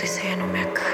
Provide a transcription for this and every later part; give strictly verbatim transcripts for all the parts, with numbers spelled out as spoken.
Představ si jenom, jak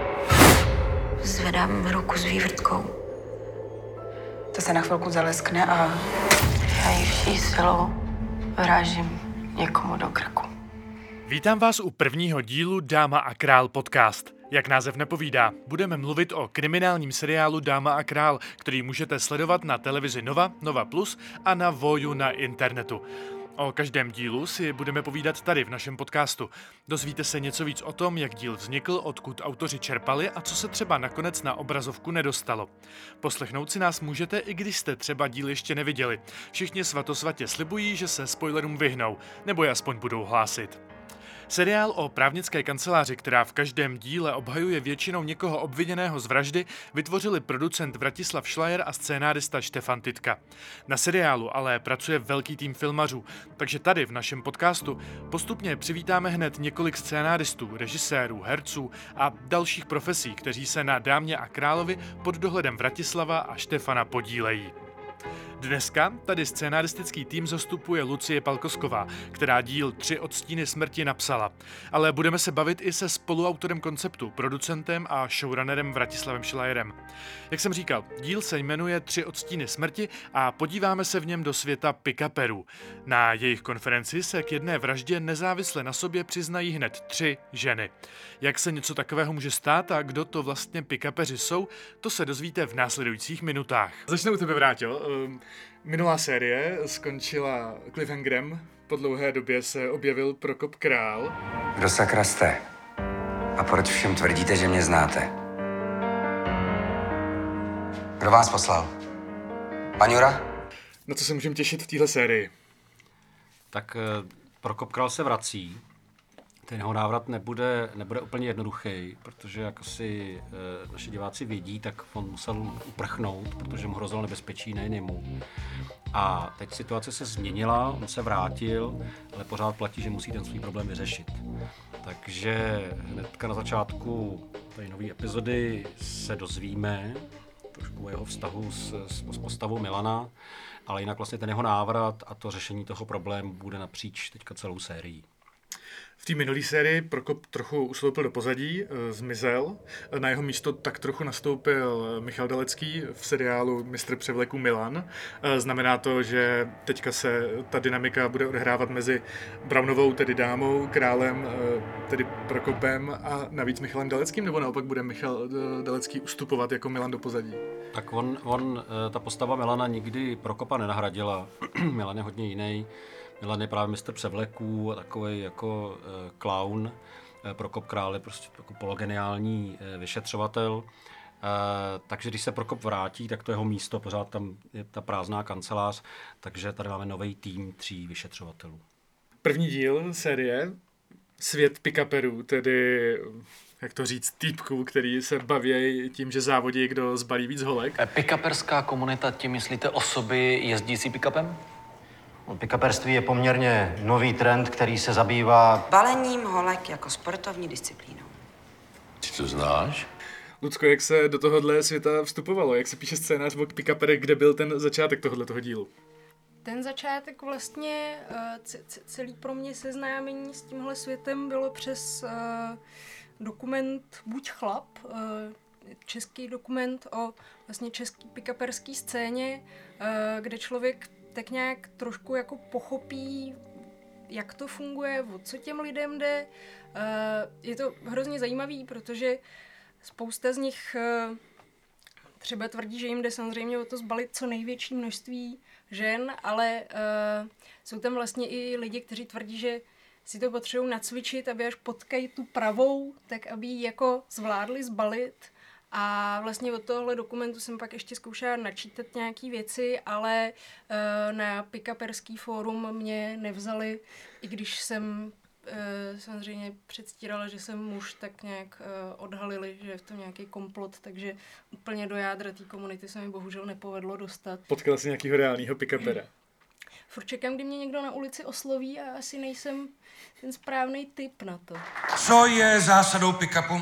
zvedám ruku s vývrtkou. To se na chvilku zaleskne a Já ji vší silou vrážím někomu do krku. Vítám vás u prvního dílu Dáma a král podcast. Jak název nepovídá, budeme mluvit o kriminálním seriálu Dáma a král, který můžete sledovat na televizi Nova, Nova Plus a na Voju na internetu. O každém dílu si budeme povídat tady v našem podcastu. Dozvíte se něco víc o tom, jak díl vznikl, odkud autoři čerpali a co se třeba nakonec na obrazovku nedostalo. Poslechnout si nás můžete, i když jste třeba díl ještě neviděli. Všichni svatosvatě slibují, že se spoilerům vyhnou, nebo je aspoň budou hlásit. Seriál o právnické kanceláři, která v každém díle obhajuje většinou někoho obviněného z vraždy, vytvořili producent Vratislav Šlajer a scénárista Štefan Titka. Na seriálu ale pracuje velký tým filmařů, takže tady v našem podcastu postupně přivítáme hned několik scénáristů, režisérů, herců a dalších profesí, kteří se na Dámě a královi pod dohledem Vratislava a Štefana podílejí. Dneska tady scénaristický tým zastupuje Lucie Palkosková, která díl Tři odstíny smrti napsala. Ale budeme se bavit i se spoluautorem konceptu, producentem a showrunnerem Vratislavem Šlajerem. Jak jsem říkal, díl se jmenuje Tři odstíny smrti a podíváme se v něm do světa pick-uperů. Na jejich konferenci se k jedné vraždě nezávisle na sobě přiznají hned tři ženy. Jak se něco takového může stát a kdo to vlastně pick-upeři jsou, to se dozvíte v následujících minutách. Začnu u tebe, Vráťo. Minulá série skončila cliffhangerem. Po dlouhé době se objevil Prokop Král. Kdo sakra jste? A proč všem tvrdíte, že mě znáte? Kdo vás poslal? Paňura? Na co se můžeme těšit v téhle sérii? Tak Prokop Král se vrací. Ten jeho návrat nebude, nebude úplně jednoduchý, protože jak asi e, naši diváci vědí, tak on musel uprchnout, protože mu hrozilo nebezpečí nejen jemu. A teď situace se změnila, on se vrátil, ale pořád platí, že musí ten svůj problém vyřešit. Takže hnedka na začátku té nové epizody se dozvíme trošku o jeho vztahu s, s, s postavou Milana, ale jinak vlastně ten jeho návrat a to řešení toho problému bude napříč teďka celou sérií. V té minulé sérii Prokop trochu ustoupil do pozadí, e, zmizel. Na jeho místo tak trochu nastoupil Michal Dalecký v seriálu Mistr převleků Milan. E, znamená to, že teďka se ta dynamika bude odehrávat mezi Brownovou, tedy dámou, králem, e, tedy Prokopem a navíc Michalem Daleckým, nebo naopak bude Michal Dalecký ustupovat jako Milan do pozadí? Tak on, on ta postava Milana nikdy Prokopa nenahradila. Milan je hodně jiný. Milan je právě mistr převleků a takový jako e, klaun. E, Prokop Král je prostě jako pologeniální e, vyšetřovatel. E, takže když se Prokop vrátí, tak to jeho místo, pořád tam je ta prázdná kancelář, takže tady máme nový tým tří vyšetřovatelů. První díl série Svět pick-uperů, tedy, jak to říct, týpků, který se baví tím, že závodí, kdo zbalí víc holek. Pick-uperská komunita, tím myslíte osoby jezdící pick-upem? Pick-uperství je poměrně nový trend, který se zabývá balením holek jako sportovní disciplínou. Ty to znáš? Lucko, jak se do tohohle světa vstupovalo? Jak se píše scénář o pick-uperech, kde byl ten začátek tohoto dílu? Ten začátek vlastně, c- c- celý pro mě seznámení s tímhle světem bylo přes uh, dokument Buď chlap, uh, český dokument o vlastně český pick-uperský scéně, uh, kde člověk tak nějak trošku jako pochopí, jak to funguje, o co těm lidem jde. Je to hrozně zajímavý, protože spousta z nich třeba tvrdí, že jim jde samozřejmě o to zbalit co největší množství žen, ale jsou tam vlastně i lidi, kteří tvrdí, že si to potřebují nacvičit, aby až potkají tu pravou, tak aby ji jako zvládli zbalit. A vlastně od tohohle dokumentu jsem pak ještě zkoušela načítat nějaký věci, ale uh, na pick-uperský fórum mě nevzali, i když jsem uh, samozřejmě předstírala, že jsem muž, tak nějak uh, odhalili, že je v tom nějaký komplot, takže úplně do jádra té komunity se mi bohužel nepovedlo dostat. Potkala jsi nějakého reálného pick-upera? Furt čekám, kdy mě někdo na ulici osloví a asi nejsem ten správný typ na to. Co je zásadou pick-upu?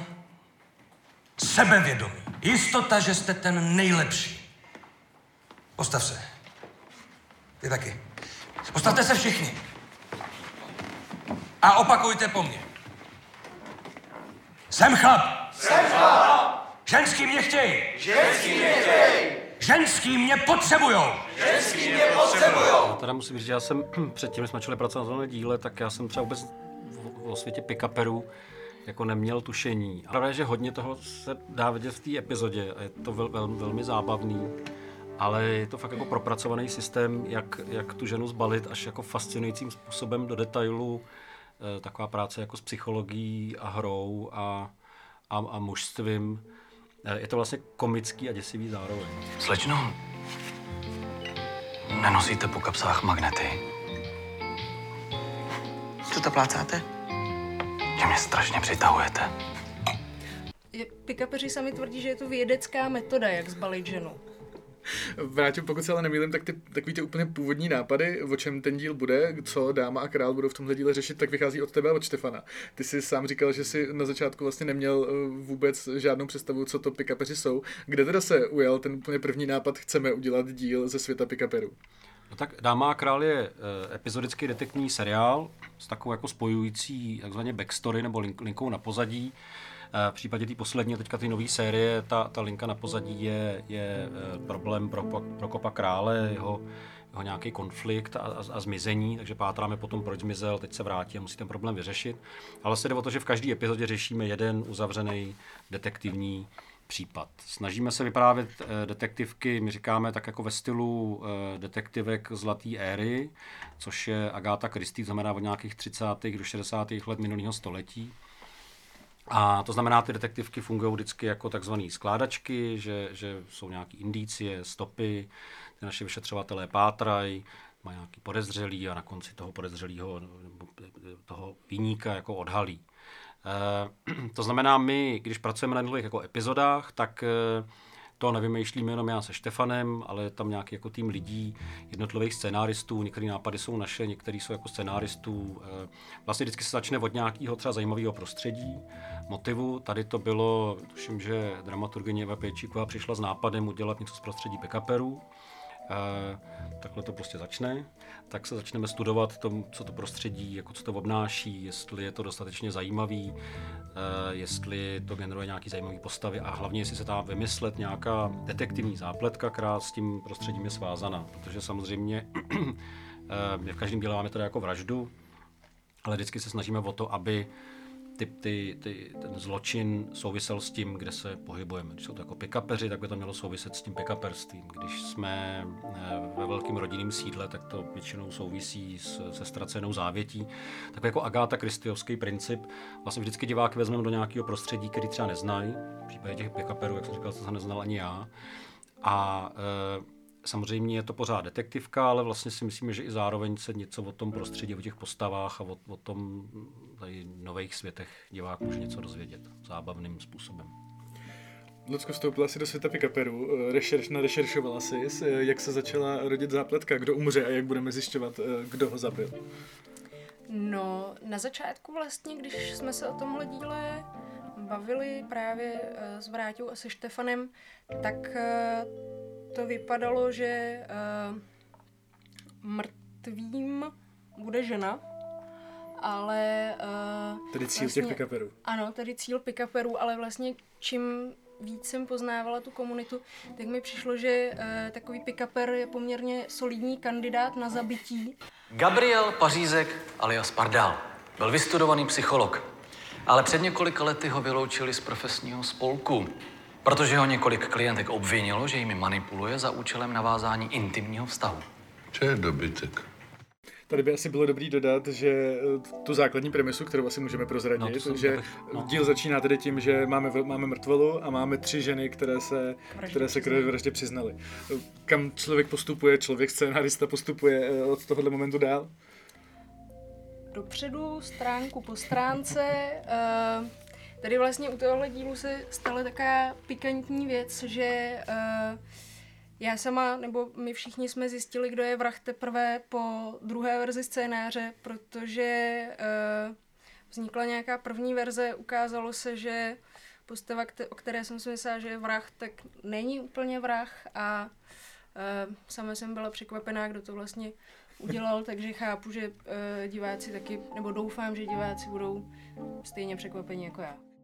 Sebevědomí. Jistota, že jste ten nejlepší. Postav se. Ty taky. Postavte se všichni. A opakujte po mně. Jsem chlap! Jsem chlap! Ženský mě chtějí! Ženský mě chtějí! Ženský mě potřebujou! Ženský mě potřebujou! Já teda musím říct, že já jsem předtím, než jsme začali pracovat na tomhle díle, tak já jsem třeba vůbec o světě pick-upperů jako neměl tušení. A pravda je, že hodně toho se dá vidět v té epizodě a je to vel, vel, velmi zábavný, ale je to fakt jako propracovaný systém, jak, jak tu ženu zbalit až jako fascinujícím způsobem do detailu. E, taková práce jako s psychologií a hrou a, a, a mužstvím. E, je to vlastně komický a děsivý zároveň. Slečno, nenosíte po kapsách magnety? Co to plácáte? Že mě strašně přitahujete. Pick-upeři sami tvrdí, že je to vědecká metoda, jak zbalit ženu. Vrátím, pokud se ale nemýlím, tak ty takový ty úplně původní nápady, o čem ten díl bude, co Dáma a král budou v tomhle díle řešit, tak vychází od tebe a od Štefana. Ty jsi sám říkal, že jsi na začátku vlastně neměl vůbec žádnou představu, co to pick-upeři jsou. Kde teda se ujal ten úplně první nápad, chceme udělat díl ze světa pick-uperů? No tak Dáma a král je e, epizodický detektivní seriál s takovou jako spojující takzvaně backstory nebo link, linkou na pozadí. E, v případě té poslední, teďka ty nové série, ta, ta linka na pozadí je, je e, problém pro, pro Kopa krále, jeho, jeho nějaký konflikt a, a, a zmizení, takže pátráme potom, proč zmizel, teď se vrátí a musí ten problém vyřešit. Ale se jde o to, že v každé epizodě řešíme jeden uzavřený detektivní případ. Snažíme se vyprávět e, detektivky, my říkáme tak jako ve stylu e, detektivek zlaté éry, což je Agatha Christie, to znamená od nějakých třicátých do šedesátých let minulého století. A to znamená, ty detektivky fungují vždycky jako takzvané skládačky, že, že jsou nějaké indicie, stopy, ty naše vyšetřovatelé pátrají, mají nějaký podezřelý a na konci toho podezřelého toho viníka jako odhalí. E, to znamená, my, když pracujeme na jednotlivých jako epizodách, tak e, to nevymýšlíme jenom já se Štefanem, ale je tam nějaký jako tým lidí, jednotlivých scénáristů, některé nápady jsou naše, některé jsou jako scénáristů. E, vlastně vždycky se začne od nějakého třeba zajímavého prostředí, motivu. Tady to bylo, tuším, že dramaturgyně Eva Pěčíková přišla s nápadem udělat něco z prostředí pick-uperů. E, takhle to prostě začne, tak se začneme studovat to, co to prostředí, jako co to obnáší, jestli je to dostatečně zajímavý, e, jestli to generuje nějaký zajímavý postavy a hlavně jestli se dá vymyslet nějaká detektivní zápletka, která s tím prostředím je svázaná, protože samozřejmě e, my v každém díle máme teda jako vraždu, ale vždycky se snažíme o to, aby Ty, ty, ty, ten zločin souvisel s tím, kde se pohybujeme. Když jsou to jako pick-upeři, tak by to mělo souviset s tím pick-uperstvím. Když jsme ve velkém rodinném sídle, tak to většinou souvisí s, se ztracenou závětí. Takový jako Agatha Christiovský princip. Vlastně vždycky diváky vezmeme do nějakého prostředí, který třeba neznají. V případě těch pick-uperů, jak jsem říkal, to jsem neznal ani já. A e, samozřejmě je to pořád detektivka, ale vlastně si myslíme, že i zároveň se něco o tom prostředí, o těch postavách a o, o tom tady nových světech divák může něco dozvědět zábavným způsobem. Lucko, vstoupila si do světa pick-uperů, rešerš, narešeršovala si, jak se začala rodit zápletka, kdo umře a jak budeme zjišťovat, kdo ho zabil. No, na začátku vlastně, když jsme se o tomhle díle bavili právě s Vráťou a se Štefanem, tak to vypadalo, že uh, mrtvým bude žena, ale... Uh, tedy cíl vlastně, těch pick-uperů. Ano, tedy cíl pick-uperů, ale vlastně čím víc jsem poznávala tu komunitu, tak mi přišlo, že uh, takový pick-uper je poměrně solidní kandidát na zabití. Gabriel Pařízek alias Pardal byl vystudovaný psycholog, ale před několika lety ho vyloučili z profesního spolku, protože ho několik klientek obvinilo, že jimi manipuluje za účelem navázání intimního vztahu. Co je dobytek? Tady by asi bylo dobrý dodat, že tu základní premisu, kterou asi můžeme prozradit, no, jsem, že no. díl začíná tedy tím, že máme, máme mrtvolu a máme tři ženy, které se, které se k vraždě přiznaly. Kam člověk postupuje, člověk scénárista postupuje od tohohle momentu dál? Dopředu, stránku po stránce. Uh, tady vlastně u tohohle dílu se stala taková pikantní věc, že uh, já sama, nebo my všichni jsme zjistili, kdo je vrah teprve po druhé verzi scénáře, protože uh, vznikla nějaká první verze, ukázalo se, že postava, o které jsem si myslela, že je vrah, tak není úplně vrah a uh, sama jsem byla překvapená, kdo to vlastně udělal, takže chápu, že uh, diváci taky, nebo doufám, že diváci budou stejně překvapení jako já.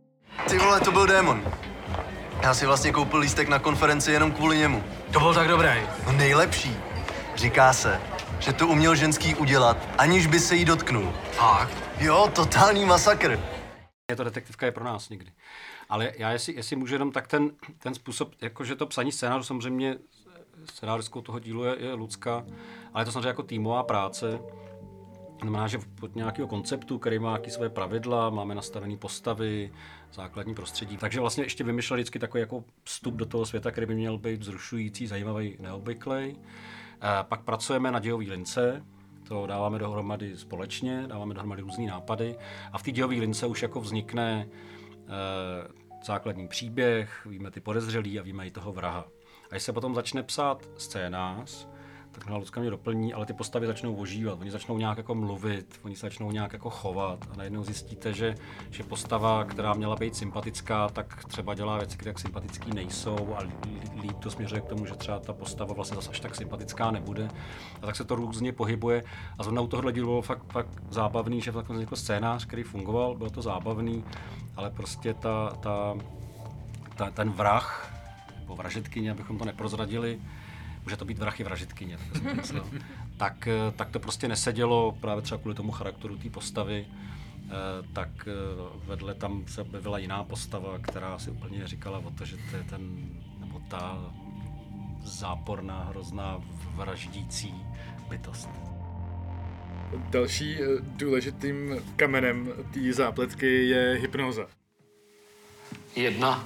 Ty vole, to byl démon. Já si vlastně koupil lístek na konferenci jenom kvůli němu. To byl tak dobrý. No nejlepší. Říká se, že to uměl ženský udělat, aniž by se jí dotknul. Fakt? Jo, totální masakr. Je to detektivka je pro nás někdy. Ale já, jestli, jestli můžu jenom, tak ten, ten způsob, jakože to psaní scénářů, samozřejmě scénářskou toho dílu je, je Lucka, ale je to samozřejmě jako týmová práce. Znamená, že pod nějakého konceptu, který má nějaké své pravidla, máme nastavené postavy, základní prostředí. Takže vlastně ještě vymýšlel vždycky takový jako vstup do toho světa, který by měl být vzrušující, zajímavý, neobvyklý. Pak pracujeme na dějové lince, to dáváme dohromady společně, dáváme dohromady různý nápady a v té dějové lince už jako vznikne eh, základní příběh, víme ty podezřelí a víme i toho vraha. A když se potom začne psát scénář, tak Lucka mě doplní, ale ty postavy začnou ožívat, oni začnou nějak jako mluvit, oni se začnou nějak jako chovat a najednou zjistíte, že, že postava, která měla být sympatická, tak třeba dělá věci, které tak sympatický nejsou a líp to směřuje k tomu, že třeba ta postava vlastně zase až tak sympatická nebude. A tak se to různě pohybuje a zrovna u tohohle dílu bylo fakt, fakt zábavný, že fakt jako scénář, který fungoval, bylo to zábavný, ale prostě ta, ta, ta, ten vrah, nebo vražetkyně, abychom to neprozradili, může to být vrah i vražetkyně, tak, jsem myslel. tak, tak to prostě nesedělo právě třeba kvůli tomu charakteru té postavy, tak vedle tam se objevila jiná postava, která si úplně říkala o to, že to je ten, nebo ta záporná, hrozná, vraždící bytost. Další důležitým kamenem té zápletky je hypnóza. Jedna.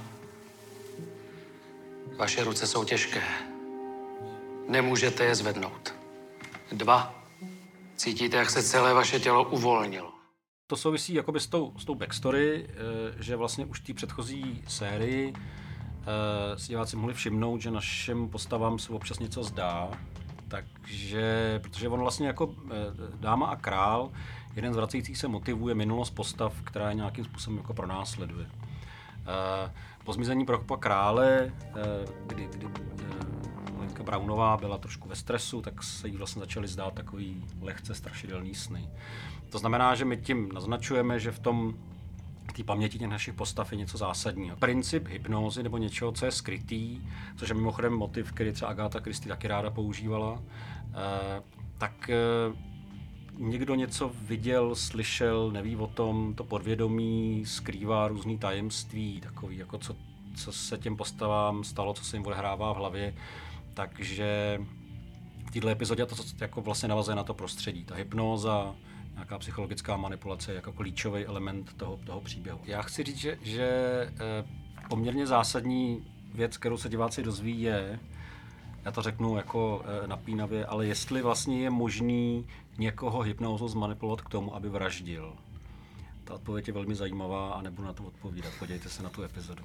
Vaše ruce jsou těžké. Nemůžete je zvednout. Dva. Cítíte, jak se celé vaše tělo uvolnilo. To souvisí jakoby s tou, s tou backstory, že vlastně už té předchozí sérii si diváci mohli všimnout, že našim postavám se občas něco zdá. Takže, protože on vlastně jako dáma a král, jeden z vracejících se motivů je minulost postav, která je nějakým způsobem jako pronásleduje. Po zmizení Prokopa krále, kdy, kdy Lenka Brownová byla trošku ve stresu, tak se jí vlastně začaly zdát takový lehce strašidelný sny. To znamená, že my tím naznačujeme, že v tom v té paměti těch našich postav je něco zásadního. Princip hypnózy nebo něčeho, co je skrytý, což je mimochodem motiv, který třeba Agatha Christie taky ráda používala, tak někdo něco viděl, slyšel, neví o tom, to podvědomí skrývá různý tajemství, takový jako co, co se těm postavám stalo, co se jim odehrává v hlavě. Takže v této epizodě to jako vlastně navazuje na to prostředí. Ta hypnóza, nějaká psychologická manipulace jako klíčový element toho, toho příběhu. Já chci říct, že, že poměrně zásadní věc, kterou se diváci dozví, je, já to řeknu jako napínavě, ale jestli vlastně je možný někoho hypnózou zmanipulovat k tomu, aby vraždil. Ta odpověď je velmi zajímavá a nebudu na to odpovídat. Podívejte se na tu epizodu.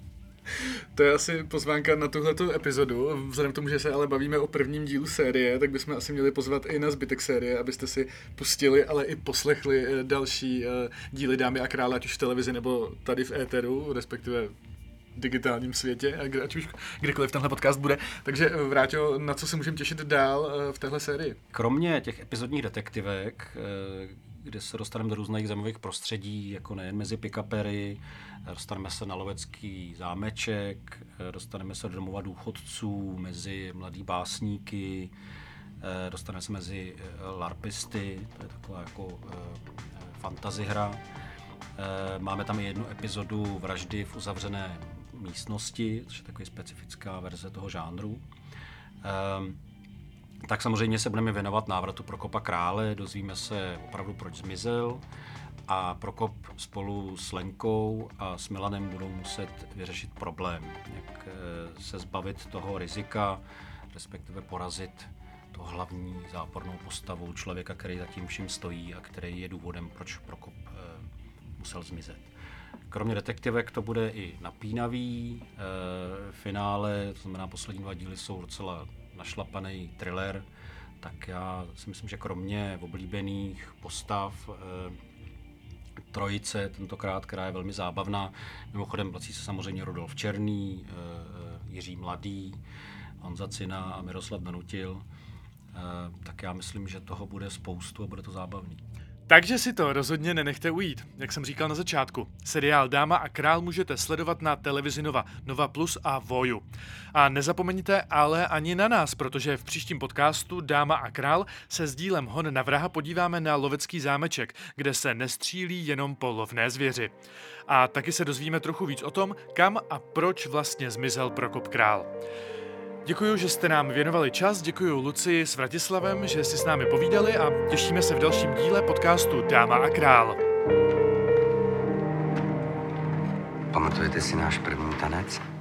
To je asi pozvánka na tuhletu epizodu. Vzhledem k tomu, že se ale bavíme o prvním dílu série, tak bychom asi měli pozvat i na zbytek série, abyste si pustili, ale i poslechli další díly Dámy a krále, ať už v televizi nebo tady v éteru, respektive digitálním světě, ať už kdekoliv tenhle podcast bude. Takže Vráťo, na co se můžeme těšit dál v téhle sérii? Kromě těch epizodních detektivek, kde se dostaneme do různých zajímavých prostředí, jako nejen mezi pick-upery, dostaneme se na lovecký zámeček, dostaneme se do domova důchodců, mezi mladý básníky, dostaneme se mezi larpisty, to je taková jako fantasy hra. Máme tam i jednu epizodu vraždy v uzavřené místnosti, což je taková specifická verze toho žánru. Tak samozřejmě se budeme věnovat návratu Prokopa krále, dozvíme se opravdu, proč zmizel a Prokop spolu s Lenkou a s Milanem budou muset vyřešit problém, jak se zbavit toho rizika, respektive porazit tu hlavní zápornou postavu člověka, který za tím vším stojí a který je důvodem, proč Prokop musel zmizet. Kromě detektivek to bude i napínavý e, finále, to znamená poslední dva díly jsou docela našlapaný thriller, tak já si myslím, že kromě oblíbených postav e, trojice tentokrát, která je velmi zábavná, mimochodem vrací se samozřejmě Rudolf Černý, e, Jiří Mladý, Honza Cina a Miroslav Danutil, e, tak já myslím, že toho bude spoustu a bude to zábavný. Takže si to rozhodně nenechte ujít. Jak jsem říkal na začátku, seriál Dáma a král můžete sledovat na televizi Nova, Nova Plus a Voju. A nezapomeňte ale ani na nás, protože v příštím podcastu Dáma a král se s dílem Hon na vraha podíváme na lovecký zámeček, kde se nestřílí jenom po lovné zvěři. A taky se dozvíme trochu víc o tom, kam a proč vlastně zmizel Prokop Král. Děkuji, že jste nám věnovali čas, děkuji Lucii s Vratislavem, že si s námi povídali a těšíme se v dalším díle podcastu Dáma a král. Pamatujete si náš první tanec?